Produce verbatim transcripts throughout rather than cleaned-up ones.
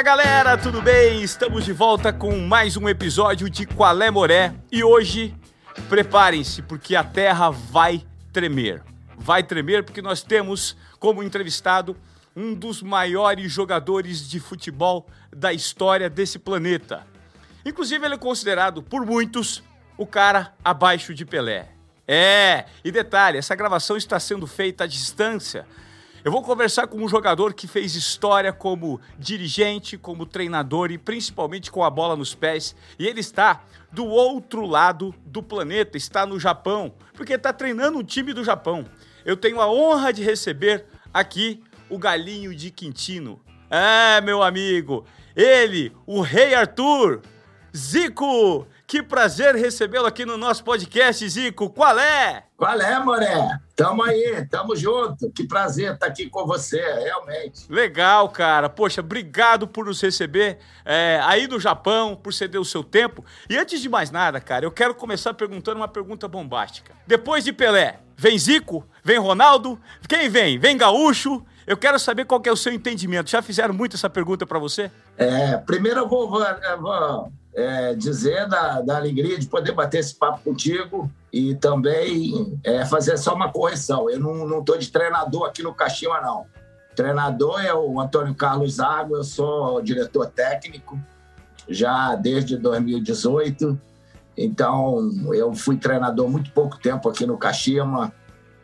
Fala galera, tudo bem? Estamos de volta com mais um episódio de Qual é Moré e hoje preparem-se porque a terra vai tremer. Vai tremer porque nós temos como entrevistado um dos maiores jogadores de futebol da história desse planeta. Inclusive ele é considerado por muitos o cara abaixo de Pelé. É, e detalhe, essa gravação está sendo feita à distância. Eu vou conversar com um jogador que fez história como dirigente, como treinador e principalmente com a bola nos pés. E ele está do outro lado do planeta, está no Japão, porque está treinando um time do Japão. Eu tenho a honra de receber aqui o Galinho de Quintino. É, meu amigo, ele, o Rei Arthur, Zico. Que prazer recebê-lo aqui no nosso podcast, Zico. Qual é? Qual é, Moré? Tamo aí, tamo junto. Que prazer estar aqui com você, realmente. Legal, cara. Poxa, obrigado por nos receber é, aí no Japão, por ceder o seu tempo. E antes de mais nada, cara, eu quero começar perguntando uma pergunta bombástica. Depois de Pelé, vem Zico? Vem Ronaldo? Quem vem? Vem Gaúcho? Eu quero saber qual que é o seu entendimento. Já fizeram muito essa pergunta pra você? É, primeiro eu vou... vou, eu vou... É, dizer da, da alegria de poder bater esse papo contigo e também é, fazer só uma correção. Eu não estou de treinador aqui no Kashima, não. O treinador é o Antônio Carlos Zago, eu sou diretor técnico já desde dois mil e dezoito. Então, eu fui treinador muito pouco tempo aqui no Kashima,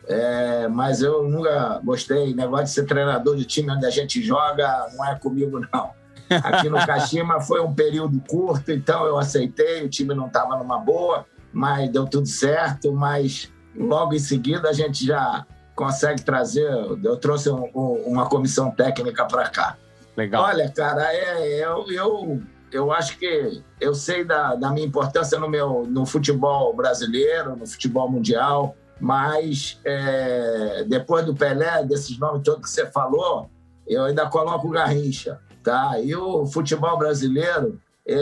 é, mas eu nunca gostei. Negócio de ser treinador de time onde a gente joga não é comigo, não. Aqui no Kashima foi um período curto, então eu aceitei, o time não estava numa boa, mas deu tudo certo, mas logo em seguida a gente já consegue trazer, eu trouxe um, um, uma comissão técnica para cá. Legal. Olha, cara, é, eu, eu, eu acho que eu sei da, da minha importância no, meu, no futebol brasileiro, no futebol mundial, mas é, depois do Pelé, desses nomes todos que você falou, eu ainda coloco o Garrincha. Tá? E o futebol brasileiro,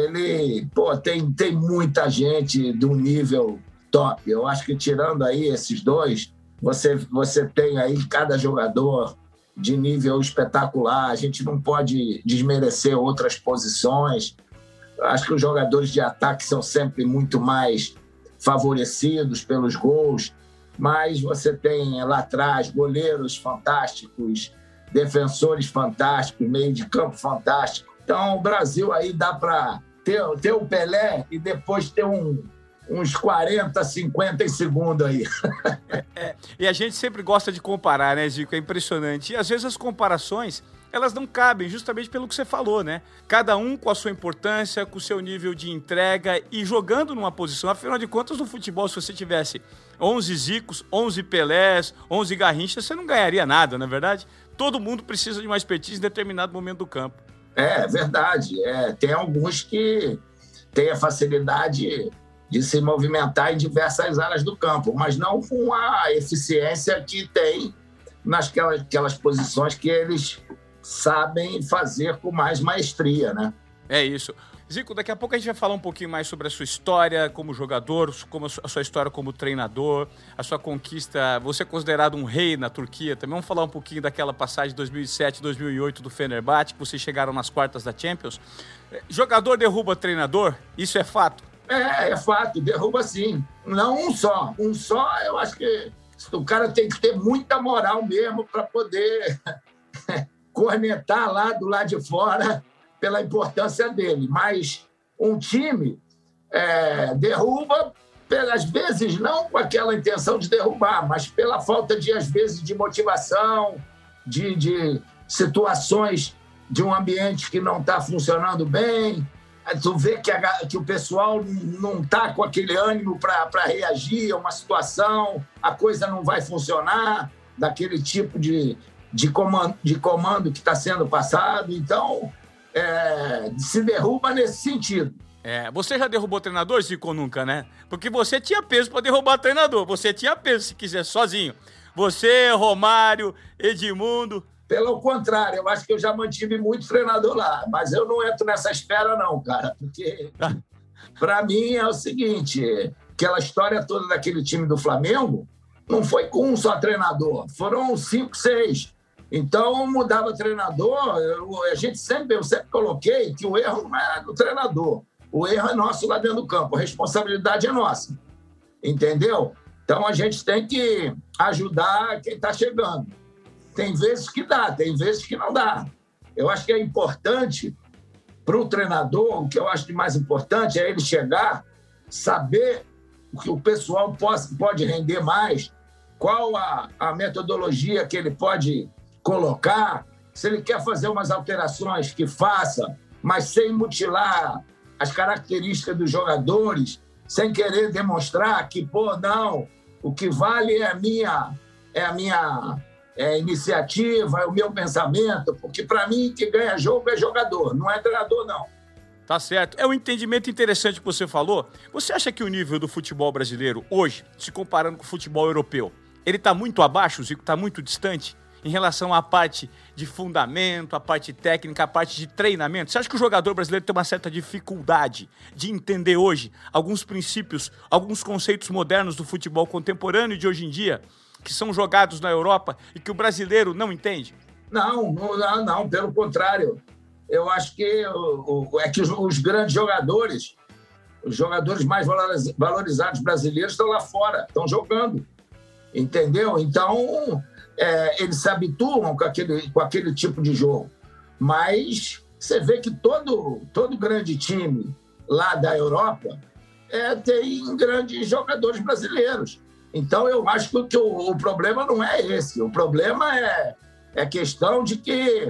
ele pô, tem, tem muita gente de um nível top. Eu acho que tirando aí esses dois, você, você tem aí cada jogador de nível espetacular. A gente não pode desmerecer outras posições. Eu acho que os jogadores de ataque são sempre muito mais favorecidos pelos gols, mas você tem lá atrás goleiros fantásticos, defensores fantásticos, meio de campo fantástico. Então, o Brasil aí dá para ter, ter o Pelé e depois ter um, uns quarenta, cinquenta em segundo aí. É, é, e a gente sempre gosta de comparar, né, Zico? É impressionante. E às vezes as comparações, elas não cabem justamente pelo que você falou, né? Cada um com a sua importância, com o seu nível de entrega e jogando numa posição. Afinal de contas, no futebol, se você tivesse onze Zicos, onze Pelés, onze Garrinchas, você não ganharia nada, não é verdade? Todo mundo precisa de uma expertise em determinado momento do campo. É verdade. É, tem alguns que têm a facilidade de se movimentar em diversas áreas do campo, mas não com a eficiência que tem nasquelas aquelas posições que eles sabem fazer com mais maestria, né? É isso. Zico, daqui a pouco a gente vai falar um pouquinho mais sobre a sua história como jogador, como a sua história como treinador, a sua conquista, você é considerado um rei na Turquia também. Vamos falar um pouquinho daquela passagem de dois mil e sete, dois mil e oito do Fenerbahçe, que vocês chegaram nas quartas da Champions. Jogador derruba treinador? Isso é fato? É, é fato, derruba sim. Não um só. Um só, eu acho que o cara tem que ter muita moral mesmo para poder cornetar lá do lado de fora pela importância dele, mas um time é, derruba, às vezes não com aquela intenção de derrubar, mas pela falta de, às vezes, de motivação, de, de situações de um ambiente que não está funcionando bem. Tu vê que, a, que o pessoal não está com aquele ânimo para reagir a uma situação, a coisa não vai funcionar daquele tipo de, de, comando, de comando que está sendo passado. Então, É, se derruba nesse sentido. É, você já derrubou treinador, Zico, ou nunca, né? Porque você tinha peso para derrubar treinador. Você tinha peso, se quiser, sozinho. Você, Romário, Edmundo. Pelo contrário, eu acho que eu já mantive muito treinador lá. Mas eu não entro nessa esfera, não, cara. Porque, para mim, é o seguinte: aquela história toda daquele time do Flamengo não foi com um só treinador. Foram cinco, seis. Então, mudava treinador, eu, a gente sempre, eu sempre coloquei que o erro não é do treinador, o erro é nosso lá dentro do campo, a responsabilidade é nossa, entendeu? Então, a gente tem que ajudar quem está chegando. Tem vezes que dá, tem vezes que não dá. Eu acho que é importante para o treinador, o que eu acho de mais importante é ele chegar, saber o que o pessoal pode, pode render mais, qual a, a metodologia que ele pode colocar, se ele quer fazer umas alterações, que faça, mas sem mutilar as características dos jogadores, sem querer demonstrar que, pô, não, o que vale é a minha, é a minha é, iniciativa, é o meu pensamento, porque para mim que ganha jogo é jogador, não é treinador, não. Tá certo. É um entendimento interessante que você falou. Você acha que o nível do futebol brasileiro hoje, se comparando com o futebol europeu, ele está muito abaixo, Zico, está muito distante em relação à parte de fundamento, à parte técnica, à parte de treinamento? Você acha que o jogador brasileiro tem uma certa dificuldade de entender hoje alguns princípios, alguns conceitos modernos do futebol contemporâneo de hoje em dia, que são jogados na Europa e que o brasileiro não entende? Não, não, não, pelo contrário. Eu acho que o, o, é que os, os grandes jogadores, os jogadores mais valorizados brasileiros estão lá fora, estão jogando, entendeu? Então, é, eles se habituam com aquele, com aquele tipo de jogo. Mas você vê que todo, todo grande time lá da Europa é, tem grandes jogadores brasileiros. Então, eu acho que, que o, o problema não é esse. O problema é, é questão de que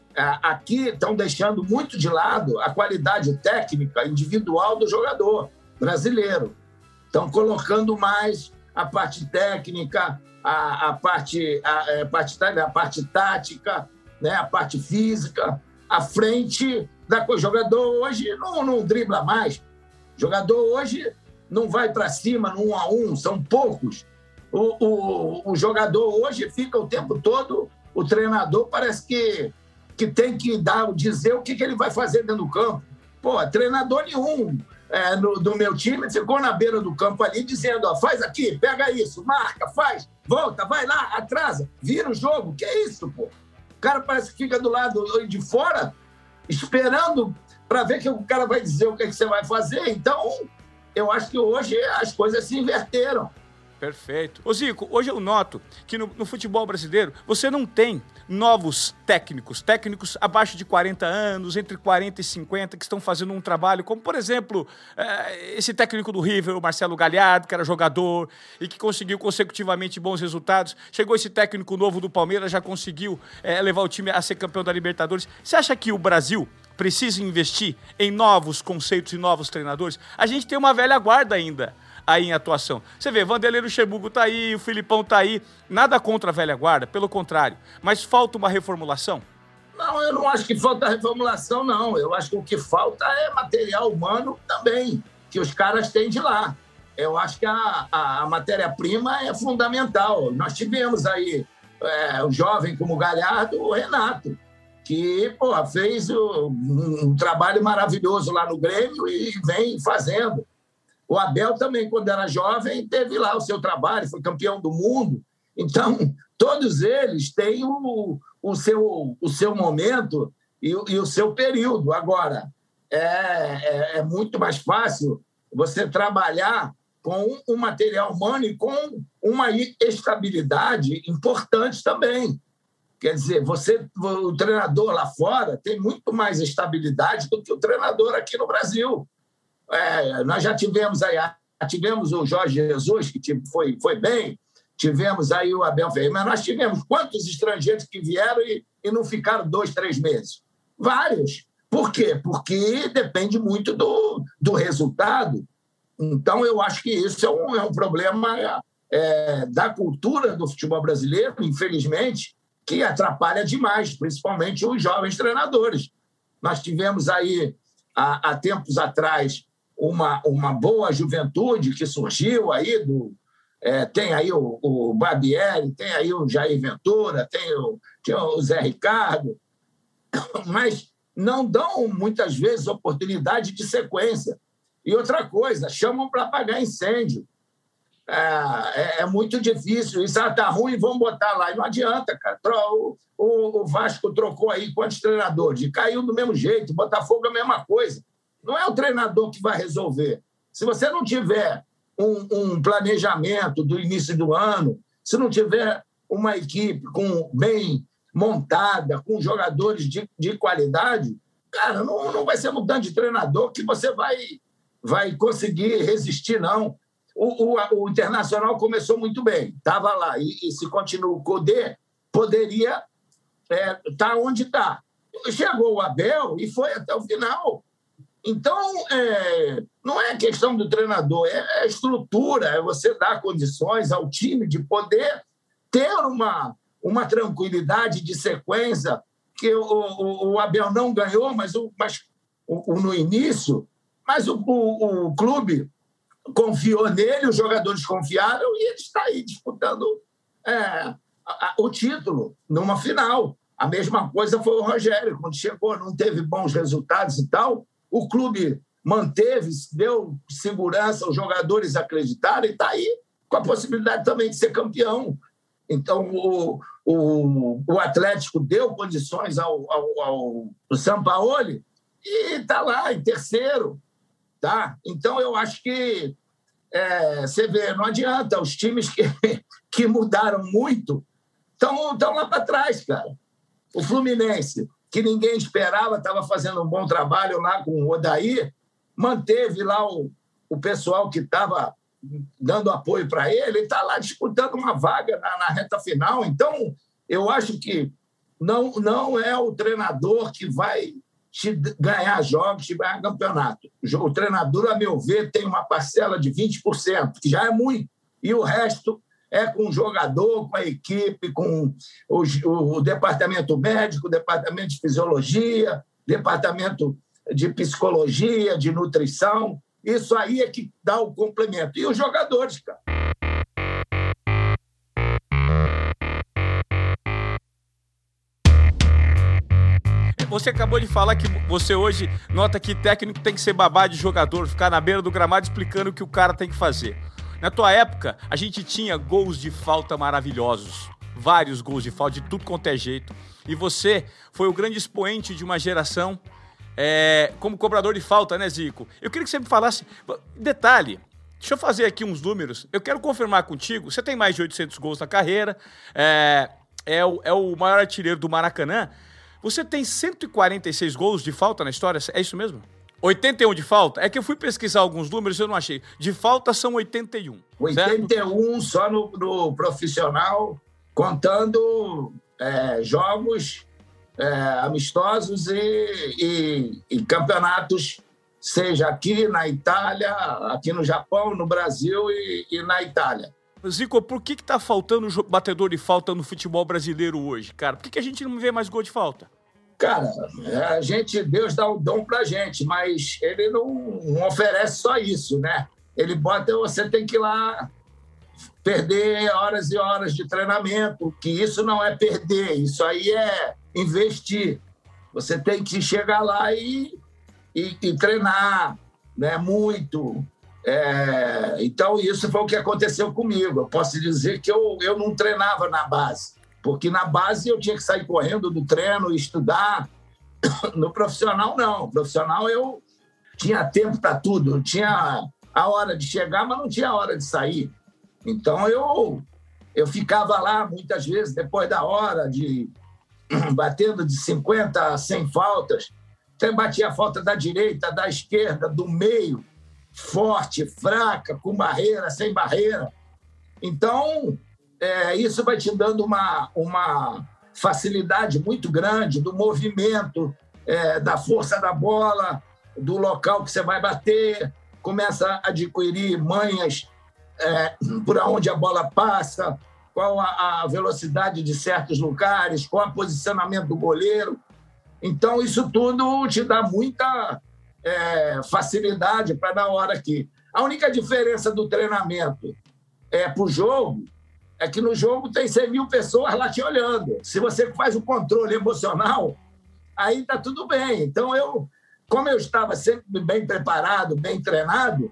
aqui estão deixando muito de lado a qualidade técnica individual do jogador brasileiro. Estão colocando mais a parte técnica, a, a, parte, a, a, parte, a parte tática, né, a parte física, à frente da coisa. O jogador hoje não, não dribla mais. O jogador hoje não vai para cima no um a um, são poucos. O, o, o jogador hoje fica o tempo todo, o treinador parece que que tem que dar, dizer o que, que ele vai fazer dentro do campo. Pô, treinador nenhum é, no, do meu time ficou na beira do campo ali dizendo, ó, faz aqui, pega isso, marca, faz, volta, vai lá, atrasa, vira o jogo. Que é isso, pô? O cara parece que fica do lado de fora esperando para ver que o cara vai dizer o que, que você vai fazer. Então, eu acho que hoje as coisas se inverteram. Perfeito. Ô Zico, hoje eu noto que no, no futebol brasileiro você não tem novos técnicos, técnicos abaixo de quarenta anos, entre quarenta e cinquenta, que estão fazendo um trabalho, como por exemplo, é, esse técnico do River, o Marcelo Galhardo, que era jogador e que conseguiu consecutivamente bons resultados. Chegou esse técnico novo do Palmeiras, já conseguiu é, levar o time a ser campeão da Libertadores. Você acha que o Brasil precisa investir em novos conceitos e novos treinadores? A gente tem uma velha guarda ainda aí em atuação. Você vê, Vanderlei Luxemburgo tá aí, o Filipão tá aí, nada contra a velha guarda, pelo contrário, mas falta uma reformulação? Não, eu não acho que falta reformulação, não. Eu acho que o que falta é material humano também, que os caras têm de lá. Eu acho que a, a, a matéria-prima é fundamental. Nós tivemos aí é, o jovem como o Galhardo, o Renato, que pô, fez o, um, um trabalho maravilhoso lá no Grêmio e vem fazendo. O Abel também, quando era jovem, teve lá o seu trabalho, foi campeão do mundo. Então, todos eles têm o, o, seu, o seu momento e, e o seu período. Agora, é, é, é muito mais fácil você trabalhar com um material humano e com uma estabilidade importante também. Quer dizer, você, o treinador lá fora tem muito mais estabilidade do que o treinador aqui no Brasil. É, nós já tivemos aí, tivemos o Jorge Jesus, que foi, foi bem, tivemos aí o Abel Ferreira, mas nós tivemos quantos estrangeiros que vieram e, e não ficaram dois, três meses? Vários. Por quê? Porque depende muito do, do resultado. Então, eu acho que isso é um, é um problema é, da cultura do futebol brasileiro, infelizmente, que atrapalha demais, principalmente os jovens treinadores. Nós tivemos aí, há, há tempos atrás, Uma, uma boa juventude que surgiu aí, do, é, tem aí o, o Barbieri, tem aí o Jair Ventura, tem o, tem o Zé Ricardo, mas não dão muitas vezes oportunidade de sequência. E outra coisa, chamam para apagar incêndio. É, é, é muito difícil. Isso ah, tá ruim, vamos botar lá. E não adianta, cara. O, o, o Vasco trocou aí quantos treinadores? E caiu do mesmo jeito. Botafogo é a mesma coisa. Não é o treinador que vai resolver. Se você não tiver um, um planejamento do início do ano, se não tiver uma equipe com, bem montada, com jogadores de, de qualidade, cara, não, não vai ser mudando de treinador que você vai, vai conseguir resistir, não. O, o, o Internacional começou muito bem, estava lá, e, e se continua o Cudê, poderia estar é, tá onde está. Chegou o Abel e foi até o final. Então, é, não é questão do treinador, é a estrutura, é você dar condições ao time de poder ter uma, uma tranquilidade de sequência, que o, o, o Abel não ganhou, mas, o, mas o, o, no início, mas o, o, o clube confiou nele, os jogadores confiaram e ele está aí disputando é, a, a, o título numa final. A mesma coisa foi o Rogério, quando chegou, não teve bons resultados e tal, o clube manteve, deu segurança, os jogadores acreditaram e está aí com a possibilidade também de ser campeão. Então, o, o, o Atlético deu condições ao, ao, ao Sampaoli e está lá em terceiro. Tá? Então, eu acho que é, você vê, não adianta, os times que, que mudaram muito estão lá para trás, cara. O Fluminense, que ninguém esperava, estava fazendo um bom trabalho lá com o Odair, manteve lá o, o pessoal que estava dando apoio para ele, está lá disputando uma vaga na, na reta final. Então, eu acho que não, não é o treinador que vai te ganhar jogos, te ganhar campeonato. O treinador, a meu ver, tem uma parcela de vinte por cento, que já é muito, e o resto é com o jogador, com a equipe, com o, o, o departamento médico, o departamento de fisiologia, departamento de psicologia, de nutrição. Isso aí é que dá o complemento. E os jogadores, cara. Você acabou de falar que você hoje nota que técnico tem que ser babá de jogador, ficar na beira do gramado explicando o que o cara tem que fazer. Na tua época, a gente tinha gols de falta maravilhosos. Vários gols de falta, de tudo quanto é jeito. E você foi o grande expoente de uma geração é, como cobrador de falta, né, Zico? Eu queria que você me falasse... Detalhe, deixa eu fazer aqui uns números. Eu quero confirmar contigo. Você tem mais de oitocentos gols na carreira. É, é, o, é o maior artilheiro do Maracanã. Você tem cento e quarenta e seis gols de falta na história? É isso mesmo? oitenta e um de falta? É que eu fui pesquisar alguns números e eu não achei. De falta são oitenta e um. oitenta e um certo? Só no, no profissional, contando é, jogos é, amistosos e, e, e campeonatos, seja aqui na Itália, aqui no Japão, no Brasil e, e na Itália. Zico, por que que tá faltando batedor de falta no futebol brasileiro hoje, cara? Por que que a gente não vê mais gol de falta? Cara, a gente, Deus dá o dom pra gente, mas ele não, não oferece só isso, né? Ele bota, você tem que ir lá perder horas e horas de treinamento, que isso não é perder, isso aí é investir. Você tem que chegar lá e, e, e treinar, né? Muito. É, então, isso foi o que aconteceu comigo. Eu posso dizer que eu, eu não treinava na base. Porque na base eu tinha que sair correndo do treino e estudar. No profissional, não. No profissional eu tinha tempo para tudo. Eu tinha a hora de chegar, mas não tinha a hora de sair. Então eu, eu ficava lá muitas vezes, depois da hora, de batendo de cinquenta a cem faltas. Então batia a falta da direita, da esquerda, do meio, forte, fraca, com barreira, sem barreira. Então... É, isso vai te dando uma, uma facilidade muito grande do movimento, é, da força da bola, do local que você vai bater, começa a adquirir manhas é, por onde a bola passa, qual a, a velocidade de certos lugares, qual o posicionamento do goleiro. Então, isso tudo te dá muita é, facilidade para na hora que... A única diferença do treinamento é para o jogo é que no jogo tem cem mil pessoas lá te olhando. Se você faz o controle emocional, aí está tudo bem. Então, eu, como eu estava sempre bem preparado, bem treinado,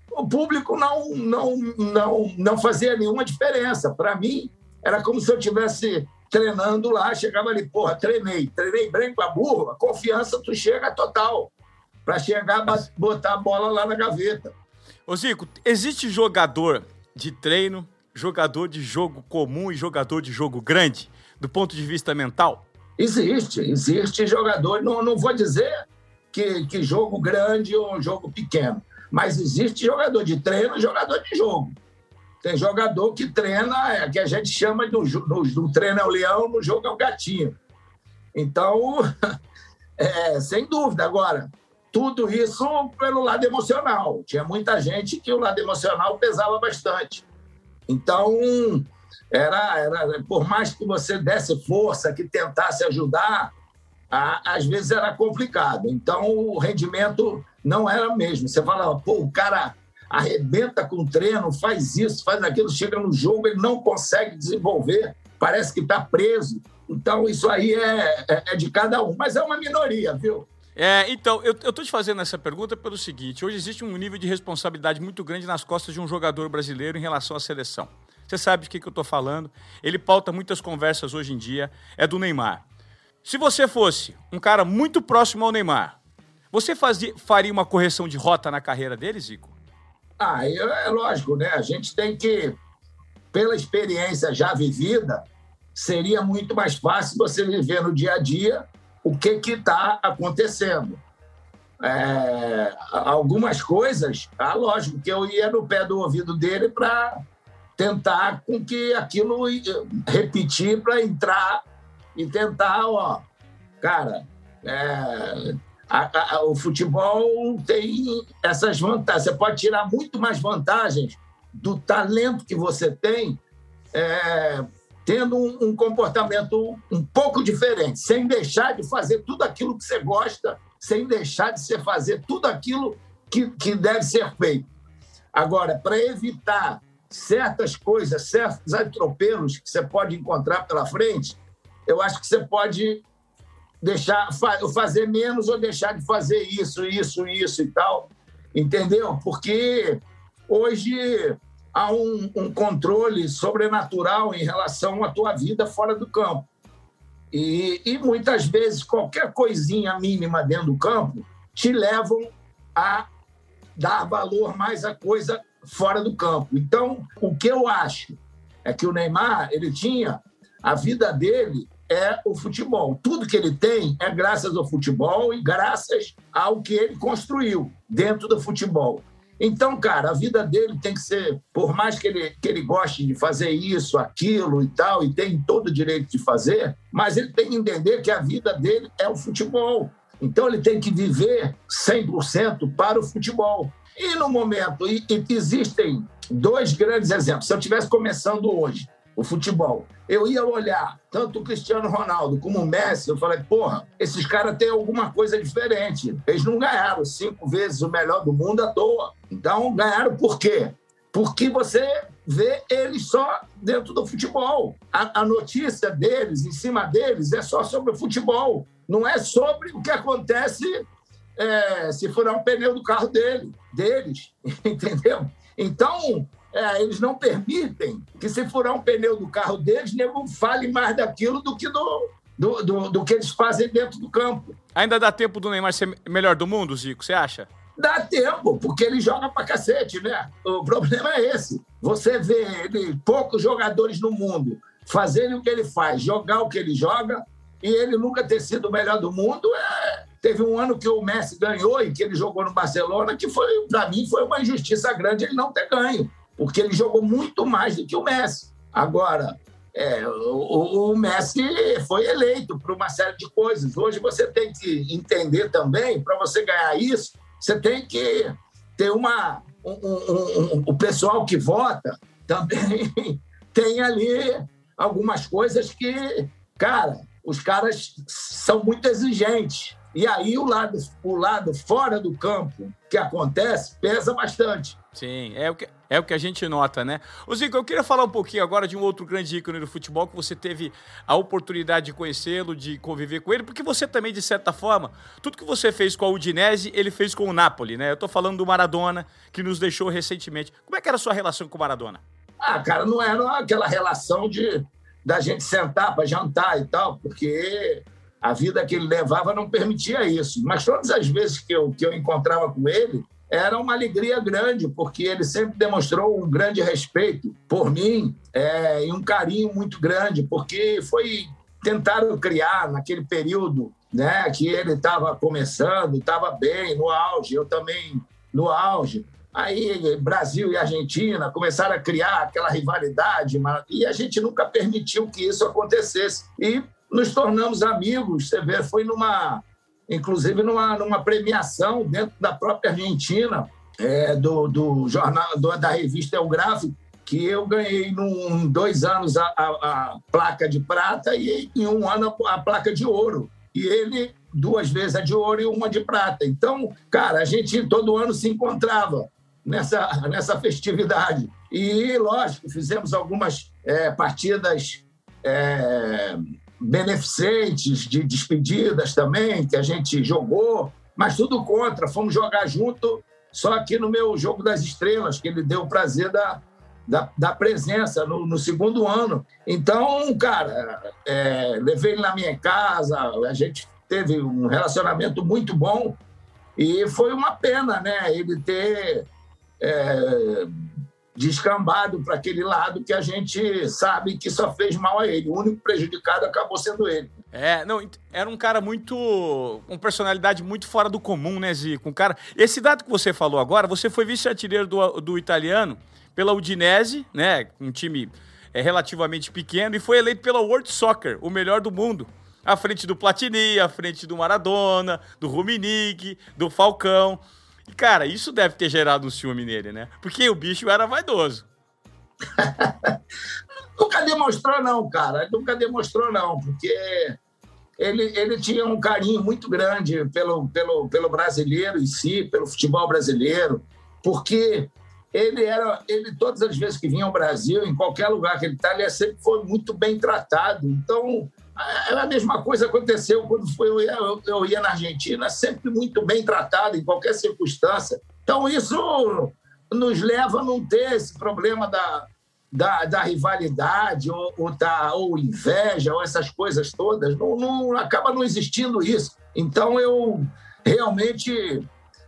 o público não, não, não, não fazia nenhuma diferença. Para mim, era como se eu estivesse treinando lá, chegava ali, porra, treinei, treinei bem com a burra, confiança tu chega total, para chegar, botar a bola lá na gaveta. Ô Zico, existe jogador de treino, jogador de jogo comum e jogador de jogo grande, do ponto de vista mental? Existe, existe jogador, não, não vou dizer que, que jogo grande ou jogo pequeno, mas existe jogador de treino e jogador de jogo. Tem jogador que treina, é, que a gente chama do, do, do treino é o leão, no jogo é o gatinho. Então, é, sem dúvida. Agora, tudo isso pelo lado emocional. Tinha muita gente que o lado emocional pesava bastante. Então, era, era, por mais que você desse força, que tentasse ajudar, a, às vezes era complicado. Então, o rendimento não era o mesmo. Você falava, pô, o cara arrebenta com o treino, faz isso, faz aquilo, chega no jogo, ele não consegue desenvolver, parece que está preso. Então, isso aí é, é, é de cada um, mas é uma minoria, viu? É, então, eu estou te fazendo essa pergunta pelo seguinte, hoje existe um nível de responsabilidade muito grande nas costas de um jogador brasileiro em relação à seleção. Você sabe de que, que eu estou falando, ele pauta muitas conversas hoje em dia, é do Neymar. Se você fosse um cara muito próximo ao Neymar, você fazia, faria uma correção de rota na carreira dele, Zico? Ah, é lógico, né? A gente tem que, pela experiência já vivida, seria muito mais fácil você viver no dia a dia o que está acontecendo. É, algumas coisas, ah, lógico que eu ia no pé do ouvido dele para tentar com que aquilo repetir para entrar e tentar, ó, cara, é, a, a, o futebol tem essas vantagens. Você pode tirar muito mais vantagens do talento que você tem, é, tendo um, um comportamento um pouco diferente, sem deixar de fazer tudo aquilo que você gosta, sem deixar de você fazer tudo aquilo que, que deve ser feito. Agora, para evitar certas coisas, certos atropelos que você pode encontrar pela frente, eu acho que você pode deixar, fazer menos ou deixar de fazer isso, isso, isso e tal, entendeu? Porque hoje há um, um controle sobrenatural em relação à tua vida fora do campo. E, e muitas vezes qualquer coisinha mínima dentro do campo te levam a dar valor mais à coisa fora do campo. Então, o que eu acho é que o Neymar, ele tinha, a vida dele é o futebol. Tudo que ele tem é graças ao futebol e graças ao que ele construiu dentro do futebol. Então, cara, a vida dele tem que ser, por mais que ele, que ele goste de fazer isso, aquilo e tal, e tem todo o direito de fazer, mas ele tem que entender que a vida dele é o futebol. Então, ele tem que viver cem por cento para o futebol. E no momento, e, e existem dois grandes exemplos. Se eu estivesse começando hoje o futebol, eu ia olhar tanto o Cristiano Ronaldo como o Messi, eu falei, porra, esses caras têm alguma coisa diferente. Eles não ganharam cinco vezes o melhor do mundo à toa. Então, ganharam por quê? Porque você vê eles só dentro do futebol. A, a notícia deles, em cima deles, é só sobre o futebol. Não é sobre o que acontece é, se furar um pneu do carro dele, deles, entendeu? Então, é, eles não permitem que, se furar um pneu do carro deles, nego fale mais daquilo do que do, do, do, do que eles fazem dentro do campo. Ainda dá tempo do Neymar ser melhor do mundo, Zico, você acha? Dá tempo, porque ele joga pra cacete, né? O problema é esse. Você vê ele, poucos jogadores no mundo fazerem o que ele faz, jogar o que ele joga, e ele nunca ter sido o melhor do mundo. É... Teve um ano que o Messi ganhou e que ele jogou no Barcelona, que foi, para mim, foi uma injustiça grande ele não ter ganho, porque ele jogou muito mais do que o Messi. Agora, é, o, o Messi foi eleito por uma série de coisas. Hoje você tem que entender também, para você ganhar isso, você tem que ter uma... Um, um, um, o pessoal que vota também tem ali algumas coisas que, cara, os caras são muito exigentes. E aí o lado, o lado fora do campo que acontece pesa bastante. Sim, é o que, é o que a gente nota, né? Ô Zico, eu queria falar um pouquinho agora de um outro grande ícone do futebol que você teve a oportunidade de conhecê-lo, de conviver com ele, porque você também, de certa forma, tudo que você fez com a Udinese, ele fez com o Napoli, né? Eu tô falando do Maradona, que nos deixou recentemente. Como é que era a sua relação com o Maradona? Ah, cara, não era aquela relação de da gente sentar para jantar e tal, porque a vida que ele levava não permitia isso. Mas todas as vezes que eu, que eu encontrava com ele, era uma alegria grande, porque ele sempre demonstrou um grande respeito por mim é, e um carinho muito grande, porque foi tentaram criar naquele período, né, que ele estava começando, estava bem, no auge, eu também no auge. Aí Brasil e Argentina começaram a criar aquela rivalidade, e a gente nunca permitiu que isso acontecesse. E nos tornamos amigos, você vê, foi numa... inclusive numa, numa premiação dentro da própria Argentina, é, do, do jornal, do, da revista El Gráfico, que eu ganhei em dois anos a, a, a placa de prata e em um ano a, a placa de ouro. E ele, duas vezes a de ouro e uma de prata. Então, cara, a gente todo ano se encontrava nessa, nessa festividade. E, lógico, fizemos algumas é, partidas... É, beneficentes, de despedidas também, que a gente jogou, mas tudo contra. Fomos jogar junto, só aqui no meu Jogo das Estrelas, que ele deu o prazer da, da, da presença no, no segundo ano. Então, cara, é, levei ele na minha casa, a gente teve um relacionamento muito bom e foi uma pena, né, ele ter... É, descambado para aquele lado que a gente sabe que só fez mal a ele. O único prejudicado acabou sendo ele. É, não, era um cara muito... com personalidade muito fora do comum, né, Zico? Um cara... Esse dado que você falou agora, você foi vice-artilheiro do, do italiano pela Udinese, né, um time é, relativamente pequeno, e foi eleito pela World Soccer, o melhor do mundo. À frente do Platini, à frente do Maradona, do Rummenigge, do Falcão... E, cara, isso deve ter gerado um ciúme nele, né? Porque o bicho era vaidoso. Nunca demonstrou, não, cara. Nunca demonstrou, não. Porque ele, ele tinha um carinho muito grande pelo, pelo, pelo brasileiro em si, pelo futebol brasileiro. Porque ele era... Ele, todas as vezes que vinha ao Brasil, em qualquer lugar que ele está, ele sempre foi muito bem tratado. Então... A mesma coisa aconteceu quando foi, eu, ia, eu ia na Argentina, sempre muito bem tratado em qualquer circunstância. Então, isso nos leva a não ter esse problema da, da, da rivalidade ou, ou, da, ou inveja, ou essas coisas todas. Não, não, acaba não existindo isso. Então, eu realmente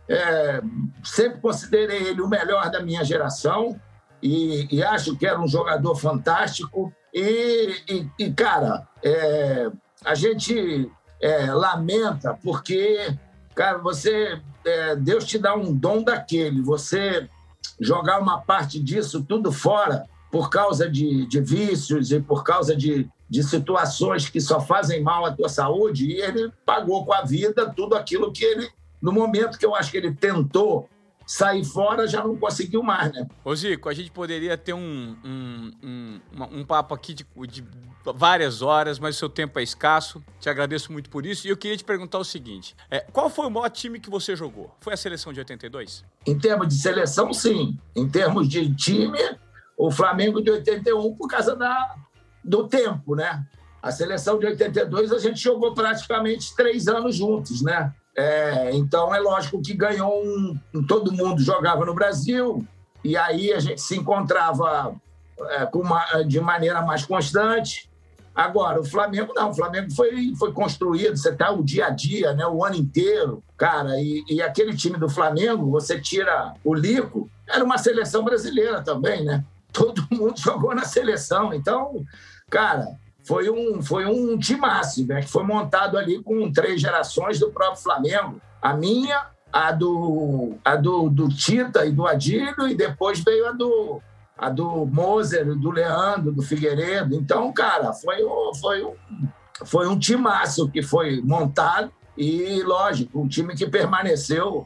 é, sempre considerei ele o melhor da minha geração e, e acho que era um jogador fantástico. E, e, e cara, é, a gente é, lamenta porque, cara, você, é, Deus te dá um dom daquele, você jogar uma parte disso tudo fora por causa de, de vícios e por causa de, de situações que só fazem mal à tua saúde, e ele pagou com a vida tudo aquilo que ele, no momento que eu acho que ele tentou sair fora, já não conseguiu mais, né? Ô Zico, a gente poderia ter um, um, um, um papo aqui de, de várias horas, mas o seu tempo é escasso. Te agradeço muito por isso. E eu queria te perguntar o seguinte, é, qual foi o maior time que você jogou? Foi a seleção de oitenta e dois? Em termos de seleção, sim. Em termos de time, o Flamengo de oitenta e um, por causa da, do tempo, né? A seleção de oitenta e dois, a gente jogou praticamente três anos juntos, né? É, então, é lógico que ganhou um... Todo mundo jogava no Brasil, e aí a gente se encontrava é, com uma, de maneira mais constante. Agora, o Flamengo não. O Flamengo foi, foi construído, você está o dia a dia, né, o ano inteiro. Cara, e, e aquele time do Flamengo, você tira o Lico, era uma seleção brasileira também, né? Todo mundo jogou na seleção. Então, cara... Foi um, foi um timaço, né, que foi montado ali com três gerações do próprio Flamengo. A minha, a do, a do, do Tita e do Adílio, e depois veio a do, a do Moser, do Leandro, do Figueiredo. Então, cara, foi, foi, um, foi um timaço que foi montado e, lógico, um time que permaneceu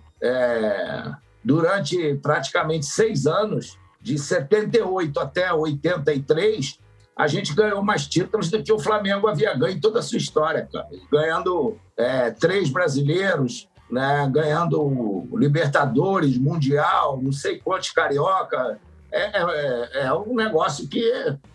é, durante praticamente seis anos, de setenta e oito até oitenta e três, a gente ganhou mais títulos do que o Flamengo havia ganho em toda a sua história, cara. Ganhando é, três brasileiros, né? Ganhando o Libertadores, Mundial, não sei quantos carioca. É, é, é um negócio que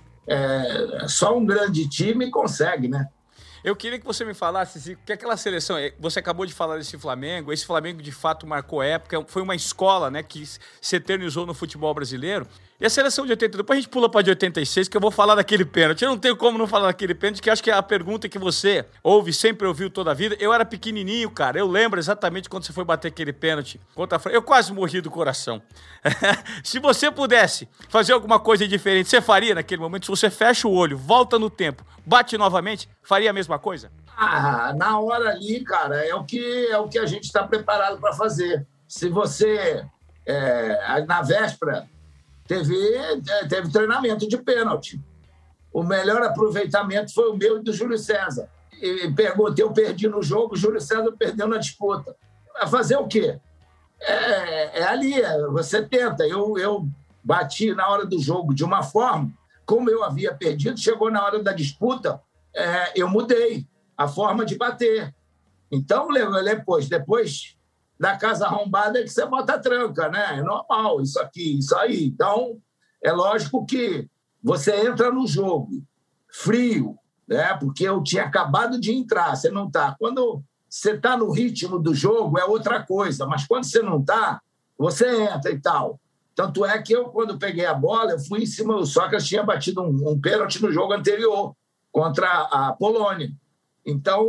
é, só um grande time consegue, né? Eu queria que você me falasse, Zico, que aquela seleção, você acabou de falar desse Flamengo, esse Flamengo de fato marcou época, foi uma escola, né, que se eternizou no futebol brasileiro. E a seleção de oitenta, depois a gente pula para de oitenta e seis, que eu vou falar daquele pênalti. Eu não tenho como não falar daquele pênalti, que acho que é a pergunta que você ouve, sempre ouviu toda a vida. Eu era pequenininho, cara, eu lembro exatamente quando você foi bater aquele pênalti contra a França. Eu quase morri do coração. Se você pudesse fazer alguma coisa diferente, você faria naquele momento? Se você fecha o olho, volta no tempo, bate novamente, faria a mesma coisa? Ah, na hora ali, cara, é o que, é o que a gente está preparado para fazer. Se você, é, na véspera, teve, teve treinamento de pênalti. O melhor aproveitamento foi o meu e do Júlio César. E perguntei, eu perdi no jogo, o Júlio César perdeu na disputa. Vai fazer o quê? É, é ali, é, você tenta. Eu, eu bati na hora do jogo de uma forma, como eu havia perdido, chegou na hora da disputa, é, eu mudei a forma de bater. Então, depois, depois da casa arrombada é que você bota a tranca, né? É normal, isso aqui, isso aí. Então, é lógico que você entra no jogo frio, né? Porque eu tinha acabado de entrar, você não está. Quando você está no ritmo do jogo, é outra coisa, mas quando você não está, você entra e tal. Tanto é que eu, quando peguei a bola, eu fui em cima, o Sócrates tinha batido um, um pênalti no jogo anterior, contra a Polônia. Então,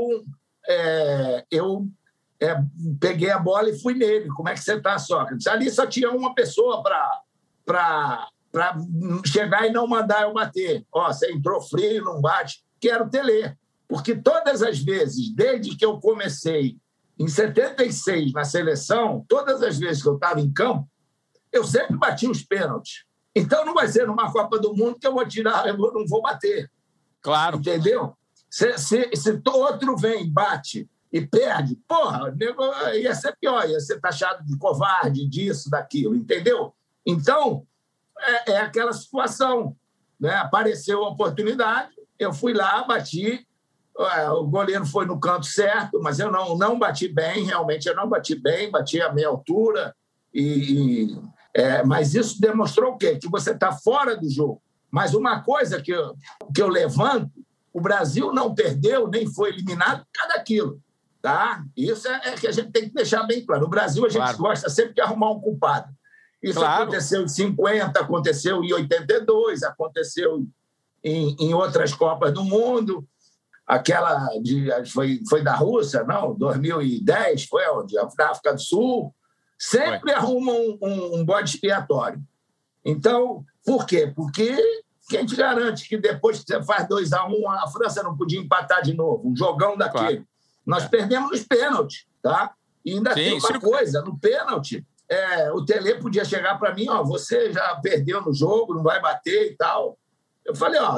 é, eu é, peguei a bola e fui nele. Como é que você está, Sócrates? Ali só tinha uma pessoa para chegar e não mandar eu bater. Ó, você entrou frio, não bate. Que era o Tele. Porque todas as vezes, desde que eu comecei em setenta e seis na seleção, todas as vezes que eu estava em campo, eu sempre bati os pênaltis. Então, não vai ser numa Copa do Mundo que eu vou tirar, eu não vou bater. Claro. Entendeu? Se, se, se outro vem, bate e perde, porra, ia ser pior, ia ser taxado de covarde, disso, daquilo, entendeu? Então, é, é aquela situação, né? Apareceu a oportunidade, eu fui lá, bati, o goleiro foi no canto certo, mas eu não, não bati bem, realmente eu não bati bem, bati a meia altura, e, e, é, mas isso demonstrou o quê? Que você está fora do jogo. Mas uma coisa que eu, que eu levanto, o Brasil não perdeu, nem foi eliminado por causa daquilo. Tá? Isso é, é que a gente tem que deixar bem claro. No Brasil, a gente claro. gosta sempre de arrumar um culpado. Isso claro. aconteceu em cinquenta, aconteceu em oitenta e dois, aconteceu em, em outras Copas do Mundo. Aquela de, foi, foi da Rússia, não? dois mil e dez, foi onde? Da África do Sul. Sempre foi. arrumam um, um, um bode expiatório. Então, por quê? Porque quem te garante que depois que você faz dois a um, a França não podia empatar de novo? Um jogão daquele. Claro. Nós é. perdemos nos pênaltis, tá? E ainda Sim, tem uma sim. coisa, no pênalti, é, o Tele podia chegar para mim, ó, você já perdeu no jogo, não vai bater e tal. Eu falei, ó,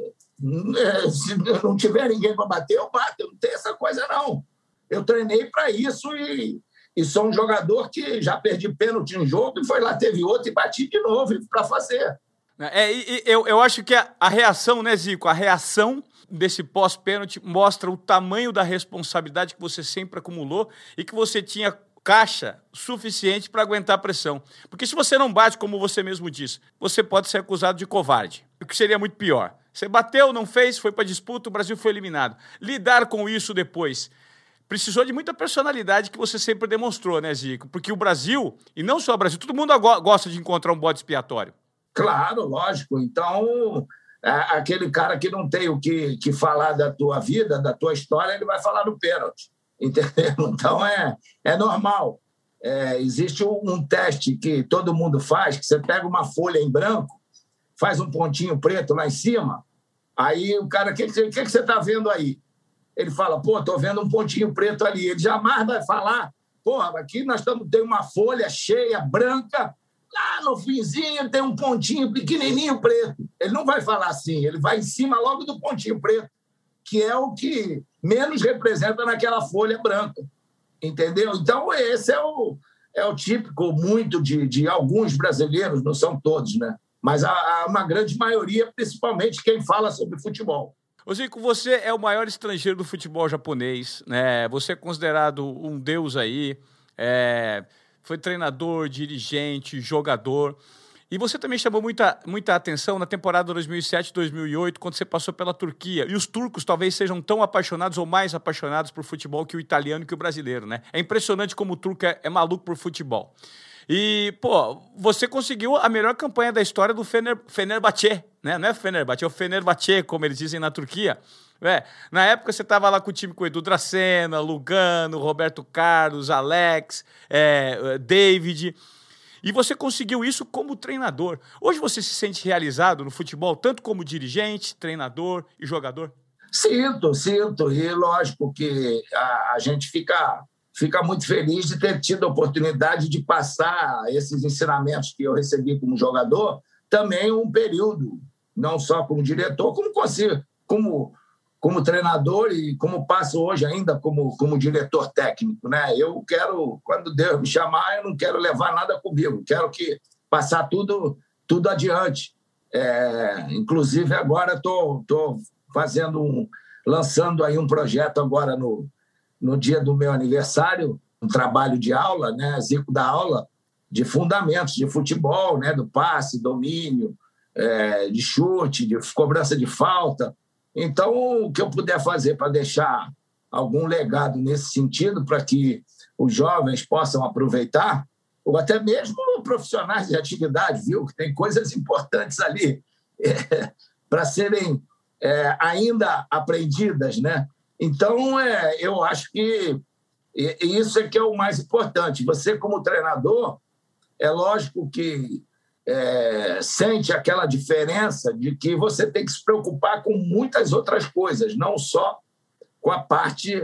é, se não tiver ninguém para bater, eu bato. Eu não tenho essa coisa, não. Eu treinei para isso e, e sou um jogador que já perdi pênalti em jogo e foi lá, teve outro e bati de novo para fazer. É, e, e, eu, eu acho que a, a reação, né, Zico? A reação desse pós-pênalti mostra o tamanho da responsabilidade que você sempre acumulou e que você tinha caixa suficiente para aguentar a pressão. Porque se você não bate, como você mesmo disse, você pode ser acusado de covarde, o que seria muito pior. Você bateu, não fez, foi para disputa, o Brasil foi eliminado. Lidar com isso depois precisou de muita personalidade que você sempre demonstrou, né, Zico? Porque o Brasil, e não só o Brasil, todo mundo gosta de encontrar um bode expiatório. Claro, lógico. Então, aquele cara que não tem o que, que falar da tua vida, da tua história, ele vai falar no pênalti, entendeu? Então, é, é normal. É, existe um, um teste que todo mundo faz, que você pega uma folha em branco, faz um pontinho preto lá em cima, aí o cara, o que, que, que você está vendo aí? Ele fala, pô, estou vendo um pontinho preto ali. Ele jamais vai falar, porra, aqui nós estamos, tem uma folha cheia, branca, lá no finzinho tem um pontinho pequenininho preto. Ele não vai falar assim, ele vai em cima logo do pontinho preto, que é o que menos representa naquela folha branca, entendeu? Então, esse é o, é o típico muito de, de alguns brasileiros, não são todos, né? mas a, a uma grande maioria, principalmente quem fala sobre futebol. Ô Zico, você é o maior estrangeiro do futebol japonês, né? Você é considerado um deus aí, é... foi treinador, dirigente, jogador. E você também chamou muita, muita atenção na temporada dois mil e sete, dois mil e oito, quando você passou pela Turquia. E os turcos talvez sejam tão apaixonados ou mais apaixonados por futebol que o italiano e que o brasileiro, né? É impressionante como o turco é, é maluco por futebol. E, pô, você conseguiu a melhor campanha da história do Fener, Fenerbahçe, né? Não é Fenerbahçe, é o Fenerbahçe, como eles dizem na Turquia. É, na época você estava lá com o time com o Edu Dracena, Lugano, Roberto Carlos, Alex, é, David... E você conseguiu isso como treinador. Hoje você se sente realizado no futebol, tanto como dirigente, treinador e jogador? Sinto, sinto. E lógico que a, a gente fica, fica muito feliz de ter tido a oportunidade de passar esses ensinamentos que eu recebi como jogador, também um período, não só como diretor, como, como, como treinador e como passo hoje ainda como, como diretor técnico, né? Eu quero, quando Deus me chamar, eu não quero levar nada comigo, quero que passar tudo, tudo adiante. É, inclusive, agora estou tô, tô fazendo um, lançando aí um projeto agora no, no dia do meu aniversário, um trabalho de aula, né? Zico da aula, de fundamentos de futebol, né? Do passe, domínio, é, de chute, de cobrança de falta. Então, o que eu puder fazer para deixar algum legado nesse sentido, para que os jovens possam aproveitar, ou até mesmo profissionais de atividade, viu? Que tem coisas importantes ali é, para serem é, ainda aprendidas, né? Então, é, eu acho que isso é que é o mais importante. Você, como treinador, é lógico que É, sente aquela diferença de que você tem que se preocupar com muitas outras coisas, não só com a parte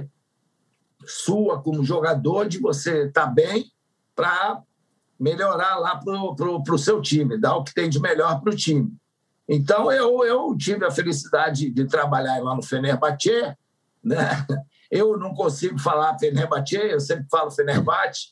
sua como jogador, de você estar bem para melhorar lá para o seu time, dar o que tem de melhor para o time. Então, eu, eu tive a felicidade de trabalhar lá no Fenerbahçe, né? Eu não consigo falar Fenerbahçe, eu sempre falo Fenerbahçe,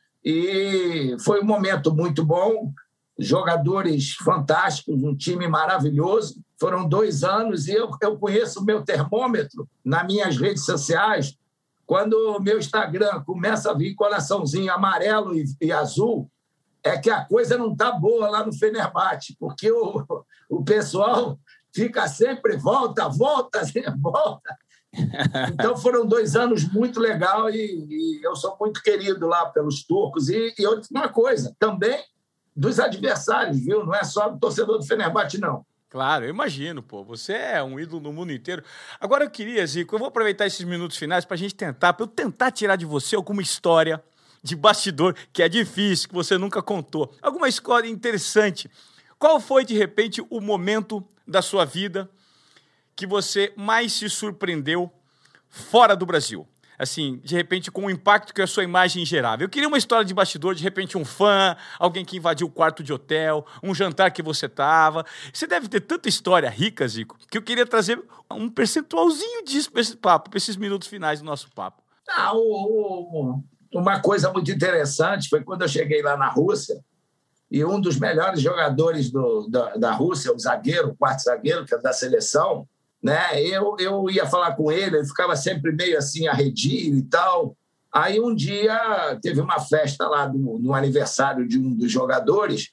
e foi um momento muito bom, jogadores fantásticos, um time maravilhoso. Foram dois anos e eu, eu conheço o meu termômetro nas minhas redes sociais. Quando o meu Instagram começa a vir coraçãozinho amarelo e, e azul, é que a coisa não está boa lá no Fenerbahçe, porque o, o pessoal fica sempre volta, volta, volta. Então foram dois anos muito legais e, e eu sou muito querido lá pelos turcos. E, e outra uma coisa, também dos adversários, viu? Não é só do torcedor do Fenerbahçe, não. Claro, eu imagino, pô. Você é um ídolo no mundo inteiro. Agora eu queria, Zico, eu vou aproveitar esses minutos finais para a gente tentar, para eu tentar tirar de você alguma história de bastidor que é difícil, que você nunca contou. Alguma história interessante. Qual foi, de repente, o momento da sua vida que você mais se surpreendeu fora do Brasil? Assim, de repente, com o impacto que a sua imagem gerava. Eu queria uma história de bastidor, de repente um fã, alguém que invadiu o quarto de hotel, um jantar que você estava. Você deve ter tanta história rica, Zico, que eu queria trazer um percentualzinho disso para esse papo, para esses minutos finais do nosso papo. Ah, o, o, uma coisa muito interessante foi quando eu cheguei lá na Rússia e um dos melhores jogadores do, da, da Rússia, o zagueiro, o quarto zagueiro, que é da seleção, né? Eu, eu ia falar com ele, ele ficava sempre meio assim arredio e tal. Aí um dia teve uma festa lá do, no aniversário de um dos jogadores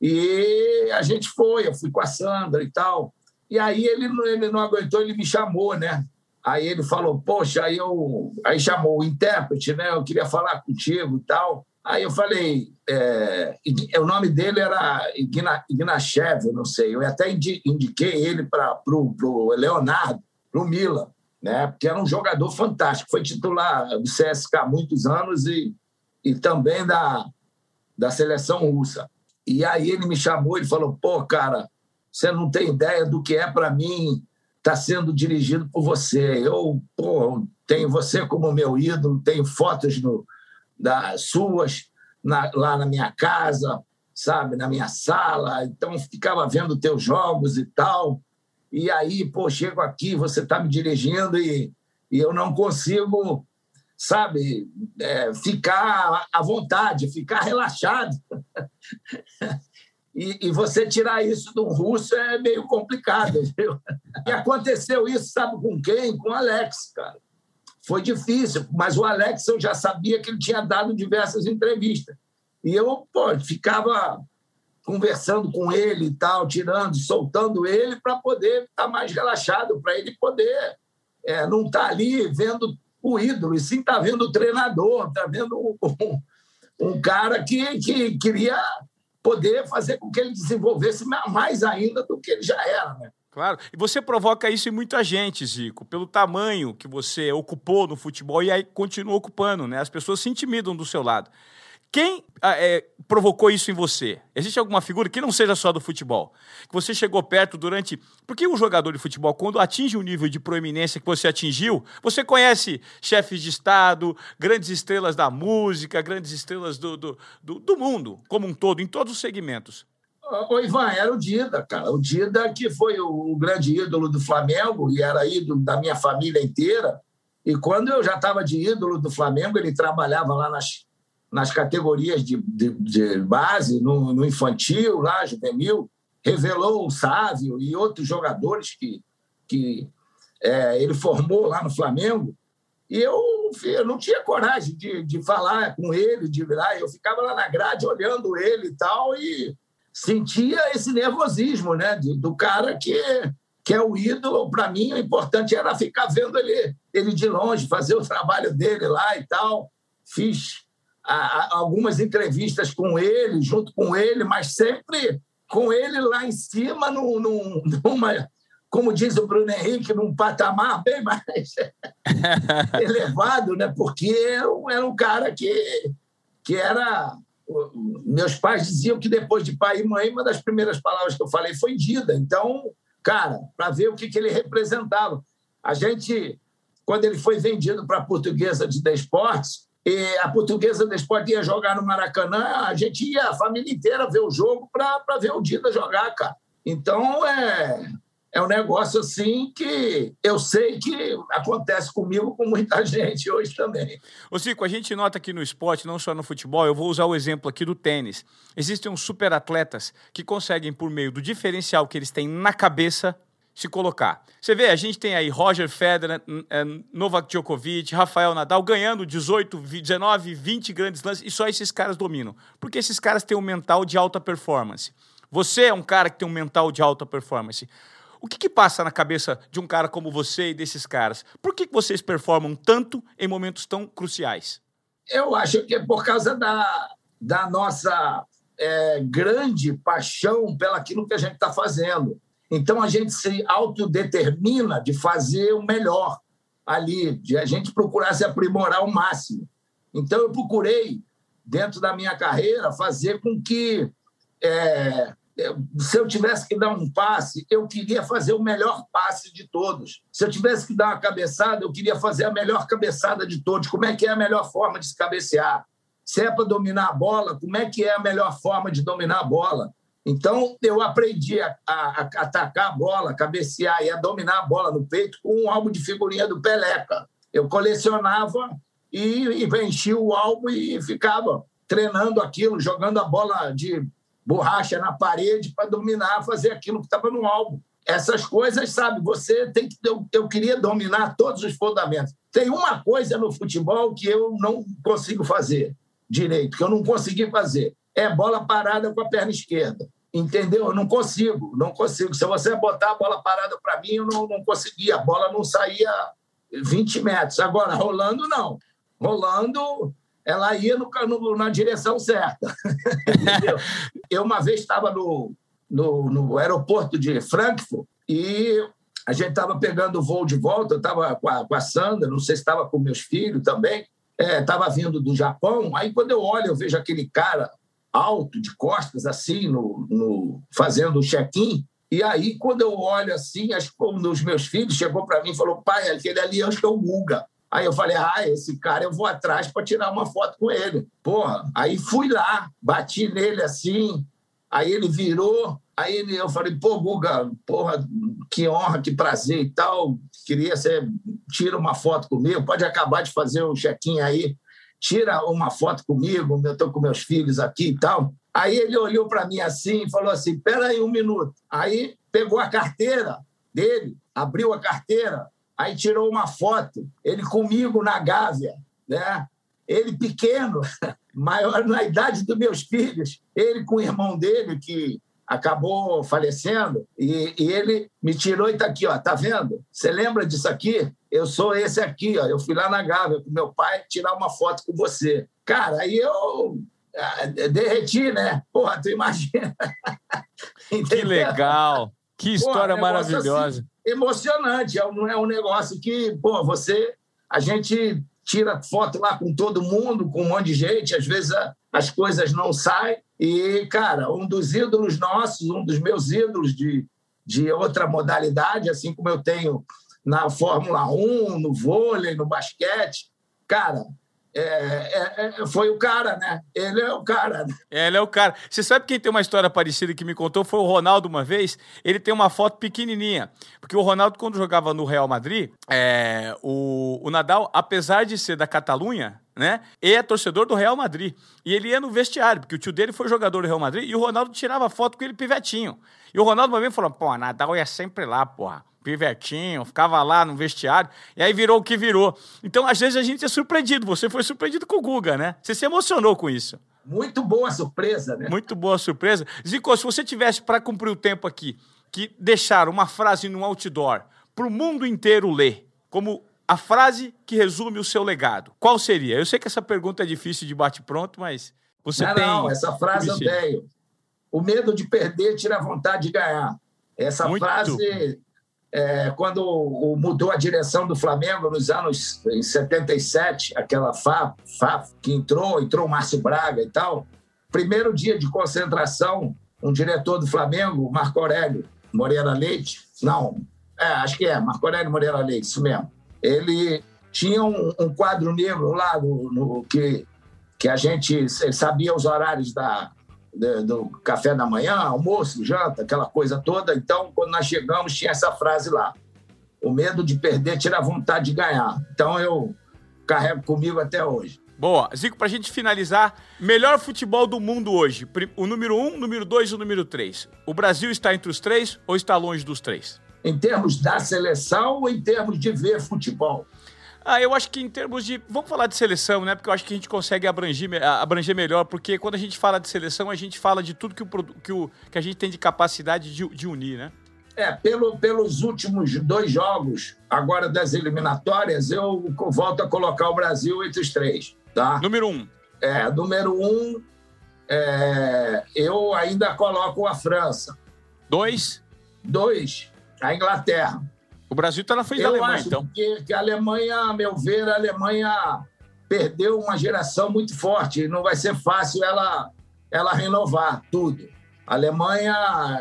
e a gente foi, eu fui com a Sandra e tal. E aí ele, ele não aguentou, ele me chamou, né? Aí ele falou, poxa, aí, eu, aí chamou o intérprete, né? Eu queria falar contigo e tal. Aí eu falei, é, o nome dele era Igna, Ignachev, eu não sei. Eu até indiquei ele para o Leonardo, para o Milan, né? Porque era um jogador fantástico. Foi titular do C S K há muitos anos e, e também da, da seleção russa. E aí ele me chamou e falou, pô, cara, você não tem ideia do que é para mim estar sendo dirigido por você. Eu, pô, tenho você como meu ídolo, tenho fotos no... das suas na, lá na minha casa, sabe, na minha sala, então ficava vendo teus jogos e tal, e aí, pô, chego aqui, você está me dirigindo e, e eu não consigo, sabe, é, ficar à vontade, ficar relaxado. E, e você tirar isso de um russo é meio complicado, viu? E aconteceu isso, sabe com quem? Com o Alex, cara. Foi difícil, mas o Alex eu já sabia que ele tinha dado diversas entrevistas. E eu, pô, ficava conversando com ele e tal, tirando, soltando ele para poder estar mais relaxado, para ele poder é, não estar ali vendo o ídolo, e sim estar vendo o treinador, estar vendo um, um cara que, que queria poder fazer com que ele desenvolvesse mais ainda do que ele já era, né? Claro, e você provoca isso em muita gente, Zico, pelo tamanho que você ocupou no futebol e aí continua ocupando, né? As pessoas se intimidam do seu lado. Quem é, provocou isso em você? Existe alguma figura que não seja só do futebol? Que você chegou perto durante... Porque o jogador de futebol, quando atinge um nível de proeminência que você atingiu, você conhece chefes de Estado, grandes estrelas da música, grandes estrelas do, do, do, do mundo, como um todo, em todos os segmentos. Ô, Ivan, era o Dida, cara. O Dida que foi o grande ídolo do Flamengo e era ídolo da minha família inteira. E quando eu já estava de ídolo do Flamengo, ele trabalhava lá nas... nas categorias de, de, de base, no, no infantil, lá, juvenil, revelou o Sávio e outros jogadores que, que é, ele formou lá no Flamengo. E eu, eu não tinha coragem de, de falar com ele, de virar. Eu ficava lá na grade olhando ele e tal, e sentia esse nervosismo, né, do, do cara que, que é o ídolo. Para mim, o importante era ficar vendo ele, ele de longe, fazer o trabalho dele lá e tal. Fiz algumas entrevistas com ele, junto com ele, mas sempre com ele lá em cima, num, num, numa, como diz o Bruno Henrique, num patamar bem mais elevado, né? Porque era um cara que, que era... Meus pais diziam que depois de pai e mãe, uma das primeiras palavras que eu falei foi Dida. Então, cara, para ver o que, que ele representava. A gente, quando ele foi vendido para a Portuguesa de Desportos, e a Portuguesa Desportes ia jogar no Maracanã, a gente ia, a família inteira, ver o jogo para ver o Dida jogar, cara. Então, é, é um negócio assim que eu sei que acontece comigo, com muita gente hoje também. Ô, Zico, a gente nota aqui no esporte, não só no futebol, eu vou usar o exemplo aqui do tênis. Existem uns super atletas que conseguem, por meio do diferencial que eles têm na cabeça, se colocar. Você vê, a gente tem aí Roger Federer, Novak Djokovic, Rafael Nadal ganhando dezoito, dezenove, vinte grandes lances e só esses caras dominam. Porque esses caras têm um mental de alta performance. Você é um cara que tem um mental de alta performance. O que que passa na cabeça de um cara como você e desses caras? Por que que vocês performam tanto em momentos tão cruciais? Eu acho que é por causa da, da nossa é, grande paixão pelaquilo que a gente está fazendo. Então, a gente se autodetermina de fazer o melhor ali, de a gente procurar se aprimorar ao máximo. Então, eu procurei, dentro da minha carreira, fazer com que, é, se eu tivesse que dar um passe, eu queria fazer o melhor passe de todos. Se eu tivesse que dar uma cabeçada, eu queria fazer a melhor cabeçada de todos. Como é que é a melhor forma de se cabecear? Se é para dominar a bola, como é que é a melhor forma de dominar a bola? Então, eu aprendi a, a, a atacar a bola, a cabecear e a dominar a bola no peito com um álbum de figurinha do Peleca. Eu colecionava e, e enchia o álbum e ficava treinando aquilo, jogando a bola de borracha na parede para dominar, fazer aquilo que estava no álbum. Essas coisas, sabe, você tem que... Eu, eu queria dominar todos os fundamentos. Tem uma coisa no futebol que eu não consigo fazer direito, que eu não consegui fazer. É bola parada com a perna esquerda. Entendeu? Eu não consigo, não consigo. Se você botar a bola parada para mim, eu não, não conseguia. A bola não saía vinte metros. Agora, rolando, não. Rolando, ela ia no, no, na direção certa. Entendeu? Eu, uma vez, estava no, no, no aeroporto de Frankfurt e a gente estava pegando o voo de volta. Eu estava com a, com a Sandra, não sei se estava com meus filhos também. Estava é, vindo do Japão. Aí, quando eu olho, eu vejo aquele cara alto, de costas, assim, no, no, fazendo o check-in. E aí, quando eu olho assim, acho que um dos meus filhos chegou para mim e falou: pai, aquele ali acho que é o Guga. Aí eu falei: ah, esse cara eu vou atrás para tirar uma foto com ele. Porra, aí fui lá, bati nele assim, aí ele virou, aí ele, eu falei: pô, Guga, porra, que honra, que prazer e tal, queria você tira uma foto comigo, pode acabar de fazer o check-in aí, tira uma foto comigo, eu estou com meus filhos aqui e tal. Aí ele olhou para mim assim e falou assim, espera aí um minuto. Aí pegou a carteira dele, abriu a carteira, aí tirou uma foto, ele comigo na Gávea, né? Ele pequeno, maior na idade dos meus filhos, ele com o irmão dele, que acabou falecendo, e, e ele me tirou e está aqui, ó, tá vendo? Você lembra disso aqui? Eu sou esse aqui, ó. Eu fui lá na Gávea com meu pai tirar uma foto com você. Cara, aí eu ah, derreti, né? Porra, tu imagina. Que legal! Que história pô, maravilhosa. Assim, emocionante, é um, é um negócio que, pô, você... A gente tira foto lá com todo mundo, com um monte de gente, às vezes a, as coisas não saem. E, cara, um dos ídolos nossos, um dos meus ídolos de, de outra modalidade, assim como eu tenho na Fórmula um, no vôlei, no basquete, cara... É, é, foi o cara, né? Ele é o cara. É, ele é o cara. Você sabe quem tem uma história parecida que me contou? Foi o Ronaldo uma vez. Ele tem uma foto pequenininha. Porque o Ronaldo, quando jogava no Real Madrid, é, o, o Nadal, apesar de ser da Catalunha, né? E é torcedor do Real Madrid. E ele ia no vestiário, porque o tio dele foi jogador do Real Madrid e o Ronaldo tirava foto com ele pivetinho. E o Ronaldo uma vez falou, pô, Nadal ia sempre lá, porra. Pivetinho, ficava lá no vestiário, e aí virou o que virou. Então, às vezes, a gente é surpreendido. Você foi surpreendido com o Guga, né? Você se emocionou com isso. Muito boa surpresa, né? Muito boa surpresa. Zico, se você tivesse, para cumprir o tempo aqui, que deixar uma frase num outdoor para o mundo inteiro ler, como a frase que resume o seu legado, qual seria? Eu sei que essa pergunta é difícil de bate-pronto, mas você não, tem... Não, essa frase eu tenho. O medo de perder tira a vontade de ganhar. Essa Muito. frase... É, quando mudou a direção do Flamengo nos anos em setenta e sete, aquela F A P, F A P que entrou, entrou o Márcio Braga e tal, primeiro dia de concentração, um diretor do Flamengo, Marco Aurélio Moreira Leite, não, é, acho que é, Marco Aurélio Moreira Leite, isso mesmo, ele tinha um, um quadro negro lá no, no, que, que a gente sabia os horários da... do café da manhã, almoço, janta, aquela coisa toda. Então, quando nós chegamos, tinha essa frase lá. O medo de perder tira a vontade de ganhar. Então, eu carrego comigo até hoje. Boa. Zico, pra gente finalizar, melhor futebol do mundo hoje. O número um, o número dois e o número três. O Brasil está entre os três ou está longe dos três? Em termos da seleção ou em termos de ver futebol? Ah, eu acho que em termos de... Vamos falar de seleção, né? Porque eu acho que a gente consegue abranger, abranger melhor, porque quando a gente fala de seleção, a gente fala de tudo que, o, que, o, que a gente tem de capacidade de, de unir, né? É, pelo, pelos últimos dois jogos, agora das eliminatórias, eu volto a colocar o Brasil entre os três, tá? Número um. É, número um, é, eu ainda coloco a França. Dois? Dois, a Inglaterra. O Brasil está na frente eu da Alemanha, acho então. Que, que a Alemanha, a meu ver, a Alemanha perdeu uma geração muito forte e não vai ser fácil ela, ela renovar tudo. A Alemanha,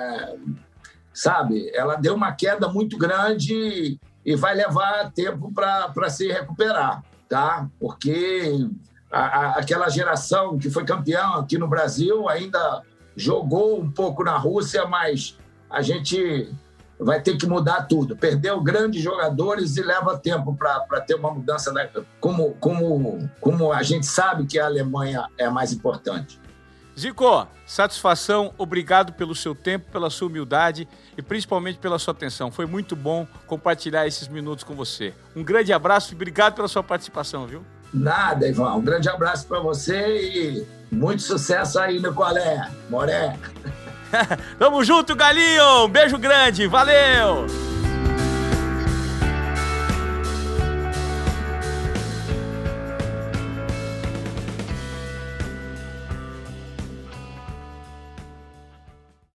sabe, ela deu uma queda muito grande e vai levar tempo para se recuperar, tá? Porque a, a, aquela geração que foi campeã aqui no Brasil ainda jogou um pouco na Rússia, mas a gente... vai ter que mudar tudo. Perdeu grandes jogadores e leva tempo para ter uma mudança, né? como, como, como a gente sabe que a Alemanha é mais importante. Zico, satisfação, obrigado pelo seu tempo, pela sua humildade e principalmente pela sua atenção. Foi muito bom compartilhar esses minutos com você. Um grande abraço e obrigado pela sua participação, viu? Nada, Ivan. Um grande abraço para você e muito sucesso aí no Qualé, Moré. Tamo junto, Galinho! Um beijo grande, valeu!